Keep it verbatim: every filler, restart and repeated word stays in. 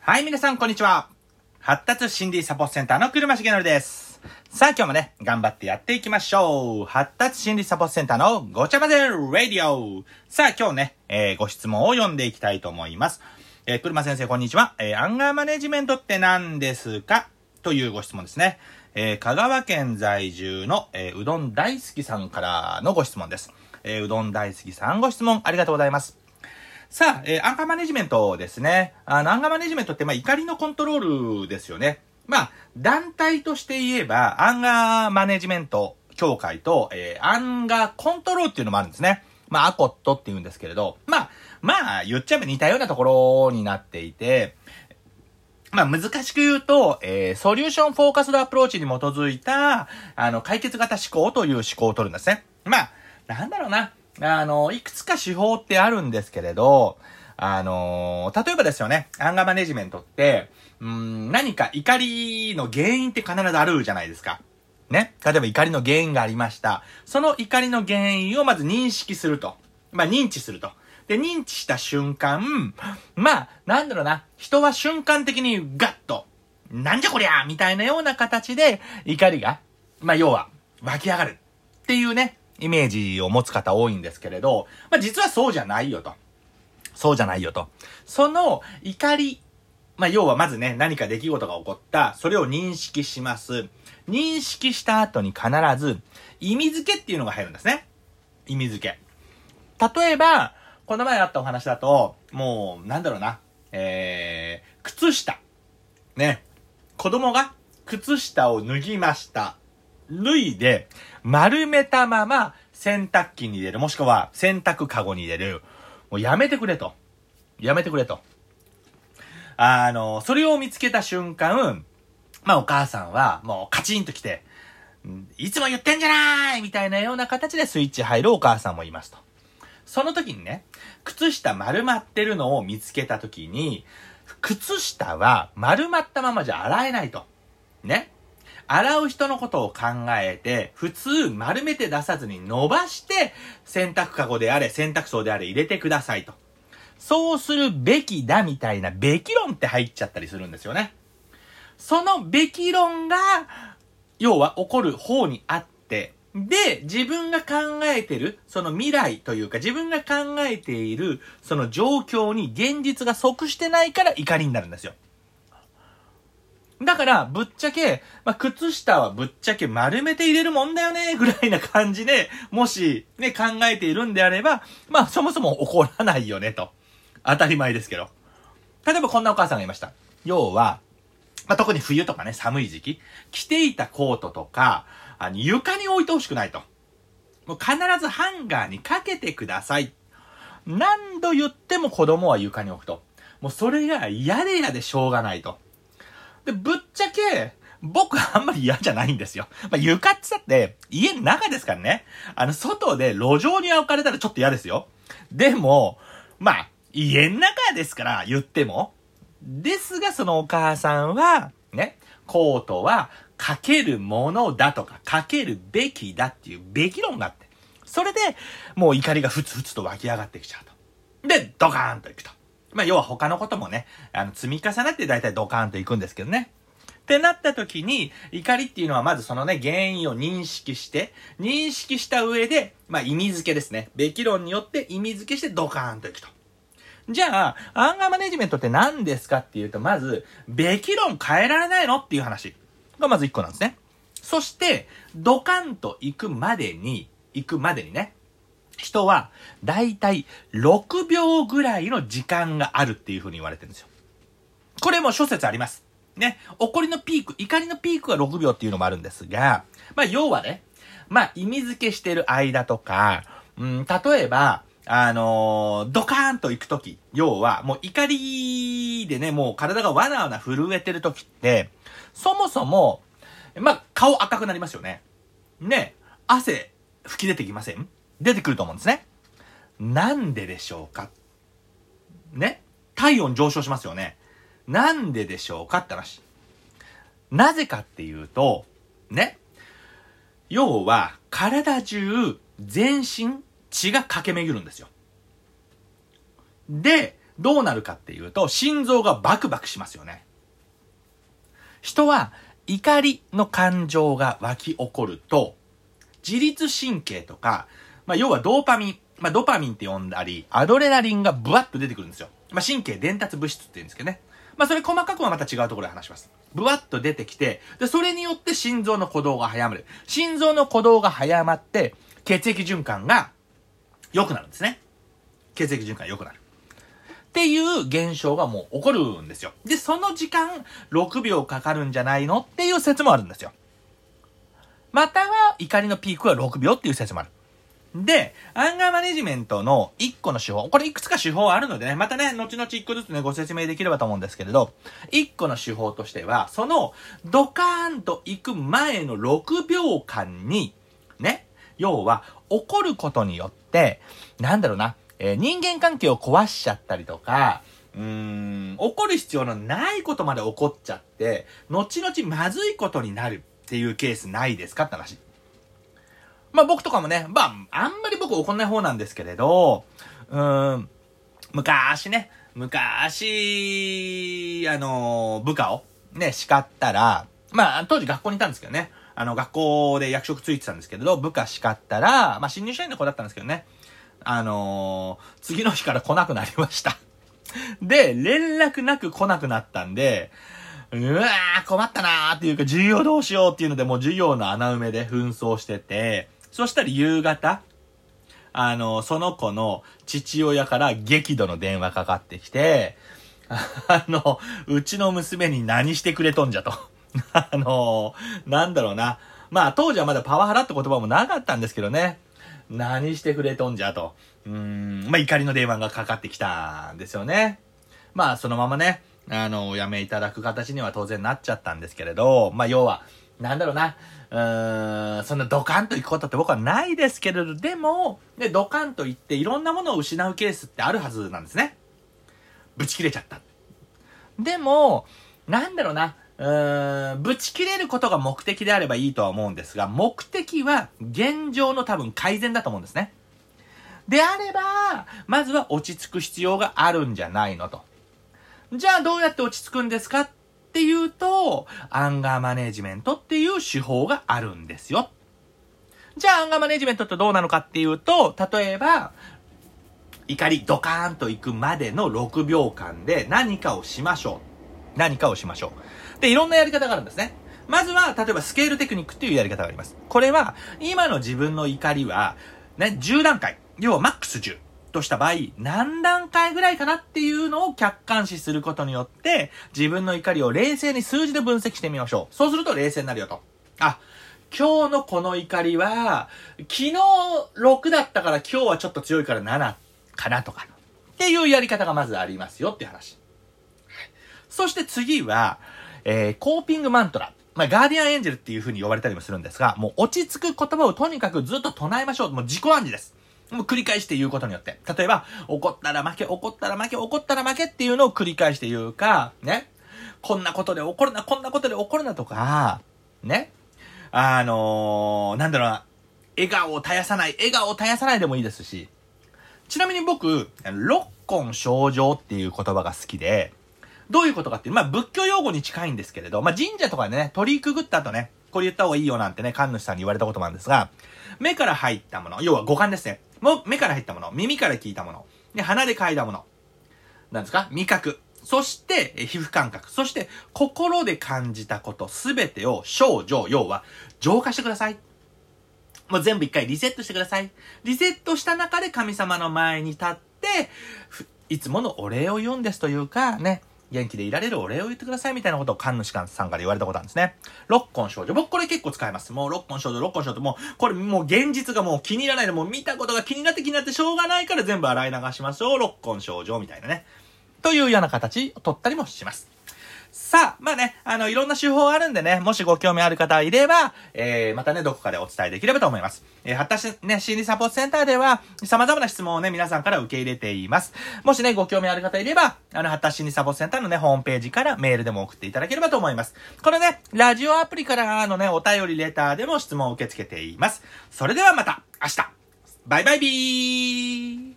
はい、皆さん、こんにちは。発達心理サポートセンターの車重則です。さあ、今日もね、頑張ってやっていきましょう。発達心理サポートセンターのごちゃ混ぜラディオ。さあ、今日ね、えー、ご質問を読んでいきたいと思います。えー、車先生、こんにちは。えー、アンガーマネジメントって何ですかというご質問ですね。えー、香川県在住の、えー、うどん大好きさんからのご質問です。えー、うどん大好きさん、ご質問ありがとうございます。さあ、えー、アンガーマネジメントですね。あの、アンガーマネジメントって、まあ、怒りのコントロールですよね。まあ、団体として言えば、アンガーマネジメント協会と、えー、アンガーコントロールっていうのもあるんですね。まあ、アコットって言うんですけれど、まあ、まあ、言っちゃえば似たようなところになっていて、まあ、難しく言うと、えー、ソリューションフォーカスドアプローチに基づいた、あの、解決型思考という思考を取るんですね。まあ、なんだろうな。あの、いくつか手法ってあるんですけれど、あの、例えばですよね、アンガーマネジメントって、うーん、何か怒りの原因って必ずあるじゃないですか。ね。例えば怒りの原因がありました。その怒りの原因をまず認識すると。まあ、認知すると。で、認知した瞬間、まあ、なんだろうな、人は瞬間的にガッと、なんじゃこりゃみたいなような形で怒りが、まあ、要は湧き上がるっていうね、イメージを持つ方多いんですけれど、まあ、実はそうじゃないよと。そうじゃないよと。その怒り、まあ、要はまずね、何か出来事が起こった、それを認識します。認識した後に必ず、意味付けっていうのが入るんですね。意味付け。例えば、この前あったお話だと、もう、なんだろうな、えー、靴下。ね。子供が靴下を脱ぎました。脱いで、丸めたまま洗濯機に入れる。もしくは洗濯カゴに入れる。もうやめてくれと。やめてくれと。あの、それを見つけた瞬間、まあお母さんはもうカチンと来て、いつも言ってんじゃないみたいなような形でスイッチ入るお母さんもいますと。その時にね、靴下丸まってるのを見つけた時に、靴下は丸まったままじゃ洗えないと。ね。洗う人のことを考えて、普通丸めて出さずに伸ばして、洗濯カゴであれ、洗濯槽であれ入れてくださいと。そうするべきだみたいなべき論って入っちゃったりするんですよね。そのべき論が、要は起こる方にあって、で、自分が考えてる、その未来というか、自分が考えている、その状況に現実が即してないから怒りになるんですよ。だから、ぶっちゃけ、まあ、靴下はぶっちゃけ丸めて入れるもんだよね、ぐらいな感じで、もし、ね、考えているんであれば、まあ、そもそも怒らないよね、と。当たり前ですけど。例えばこんなお母さんがいました。要は、まあ、特に冬とかね、寒い時期、着ていたコートとか、あの、床に置いてほしくないと。もう必ずハンガーにかけてください。何度言っても子供は床に置くと。もうそれが嫌で嫌でしょうがないと。で、ぶっちゃけ、僕あんまり嫌じゃないんですよ。まあ、床ってさって、家の中ですからね。あの、外で路上に置かれたらちょっと嫌ですよ。でも、まあ、家の中ですから言っても。ですが、そのお母さんは、ね、コートはかけるものだとか、かけるべきだっていうべき論があって。それで、もう怒りがふつふつと湧き上がってきちゃうと。で、ドカーンといくと。まあ、要は他のこともね、あの、積み重なってだいたいドカーンといくんですけどね。ってなった時に、怒りっていうのはまずそのね、原因を認識して、認識した上で、まあ、意味付けですね。べき論によって意味付けしてドカーンといくと。じゃあ、アンガーマネジメントって何ですかっていうと、まず、べき論変えられないのっていう話がまず一個なんですね。そして、ドカンと行くまでに、行くまでにね、人は、だいたいろくびょうぐらいの時間があるっていう風に言われてるんですよ。これも諸説あります。ね。怒りのピーク、怒りのピークはろくびょうっていうのもあるんですが、まあ、要はね、まあ、意味付けしてる間とか、うん、例えば、あのー、ドカーンと行くとき、要は、もう怒りでね、もう体がわなわな震えてるときって、そもそも、まあ、顔赤くなりますよね。ね。汗、吹き出てきません？出てくると思うんですね。なんででしょうか？ね。体温上昇しますよね。なんででしょうかって話。なぜかっていうと、ね。要は、体中、全身、血が駆け巡るんですよ。で、 どうなるかっていうと、心臓がバクバクしますよね。人は怒りの感情が湧き起こると、自律神経とか、まあ、要はドーパミン、まあ、ドパミンって呼んだり、アドレナリンがブワッと出てくるんですよ。まあ、神経伝達物質って言うんですけどね。まあ、それ細かくはまた違うところで話します。ブワッと出てきて、で、それによって心臓の鼓動が早まる。心臓の鼓動が早まって、血液循環が良くなるんですね。血液循環が良くなる。っていう現象がもう起こるんですよ。で、その時間、ろくびょうかかるんじゃないのっていう説もあるんですよ。または、怒りのピークはろくびょうっていう説もある。で、アンガーマネジメントのいっこの手法、これいくつか手法あるのでね、またね、後々いっこずつね、ご説明できればと思うんですけれど、いっこの手法としては、その、ドカーンと行く前のろくびょうかんに、ね、要は、起こることによって、なんだろうな、えー、人間関係を壊しちゃったりとか、うーん、起こる必要のないことまで起こっちゃって、後々まずいことになるっていうケースないですかって話。まあ僕とかもね、まあ、あんまり僕怒んない方なんですけれど、うーん、昔ね、昔、あの、部下をね、叱ったら、まあ当時学校にいたんですけどね、あの学校で役職ついてたんですけれど、部下叱ったら、まあ新入社員の子だったんですけどね、あのー、次の日から来なくなりました。で、連絡なく来なくなったんで、うわー、困ったなーっていうか、授業どうしようっていうので、もう授業の穴埋めで紛争してて、そしたら夕方、あの、その子の父親から激怒の電話かかってきて、あの、うちの娘に何してくれとんじゃと。あの、なんだろうな。まあ、当時はまだパワハラって言葉もなかったんですけどね。何してくれとんじゃと。うーん、まあ、怒りの電話がかかってきたんですよね。まあ、そのままね、あの、お辞めいただく形には当然なっちゃったんですけれど、まあ、要は、なんだろうな、うーん、そんなドカンと行くことって僕はないですけれど、でも、で、ドカンと行っていろんなものを失うケースってあるはずなんですね。ぶち切れちゃった。でも、なんだろうな、うーん、ぶち切れることが目的であればいいとは思うんですが、目的は現状の多分改善だと思うんですね。であれば、まずは落ち着く必要があるんじゃないのと。じゃあどうやって落ち着くんですかっていうと、アンガーマネジメントっていう手法があるんですよ。じゃあアンガーマネジメントってどうなのかっていうと、例えば、怒りドカーンと行くまでのろくびょうかんで何かをしましょう。何かをしましょう。で、いろんなやり方があるんですね。まずは、例えばスケールテクニックっていうやり方があります。これは、今の自分の怒りは、ね、じゅうだんかい。要はマックスじゅうとした場合、何段階ぐらいかなっていうのを客観視することによって、自分の怒りを冷静に数字で分析してみましょう。そうすると冷静になるよと。あ、今日のこの怒りは、昨日ろくだったから今日はちょっと強いからななかなとか。っていうやり方がまずありますよっていう話。そして次は、えー、コーピングマントラ。まあ、ガーディアンエンジェルっていう風に呼ばれたりもするんですが、もう落ち着く言葉をとにかくずっと唱えましょう。もう自己暗示です。もう繰り返して言うことによって。例えば、怒ったら負け、怒ったら負け、怒ったら負けっていうのを繰り返して言うか、ね。こんなことで怒るな、こんなことで怒るなとか、ね。あのー、なんだろうな。笑顔を絶やさない、笑顔を絶やさないでもいいですし。ちなみに僕、六根清浄っていう言葉が好きで、どういうことかっていう、まあ仏教用語に近いんですけれど、まあ神社とかでね、鳥居くぐった後ね、これ言った方がいいよなんてね、神主さんに言われたこともあるんですが、目から入ったもの、要は五感ですね。もう目から入ったもの、耳から聞いたもの、で鼻で嗅いだもの、なんですか、味覚、そして皮膚感覚、そして心で感じたことすべてを清浄、要は浄化してください。もう全部一回リセットしてください。リセットした中で神様の前に立って、いつものお礼を言うんですというか、ね、元気でいられるお礼を言ってくださいみたいなことを神主さんから言われたことなんですね。六根清浄。僕これ結構使います。もう六根清浄、六根清浄。もう、これもう現実がもう気に入らないで、もう見たことが気になって気になってしょうがないから全部洗い流しましょう。六根清浄みたいなね。というような形を取ったりもします。さあ、まあね、あの、いろんな手法あるんでね、もしご興味ある方いれば、えー、またね、どこかでお伝えできればと思います。えー、発達ね、心理サポートセンターでは、様々な質問をね、皆さんから受け入れています。もしね、ご興味ある方いれば、あの、発達心理サポートセンターのね、ホームページからメールでも送っていただければと思います。これね、ラジオアプリからのね、お便りレターでも質問を受け付けています。それではまた、明日バイバイビー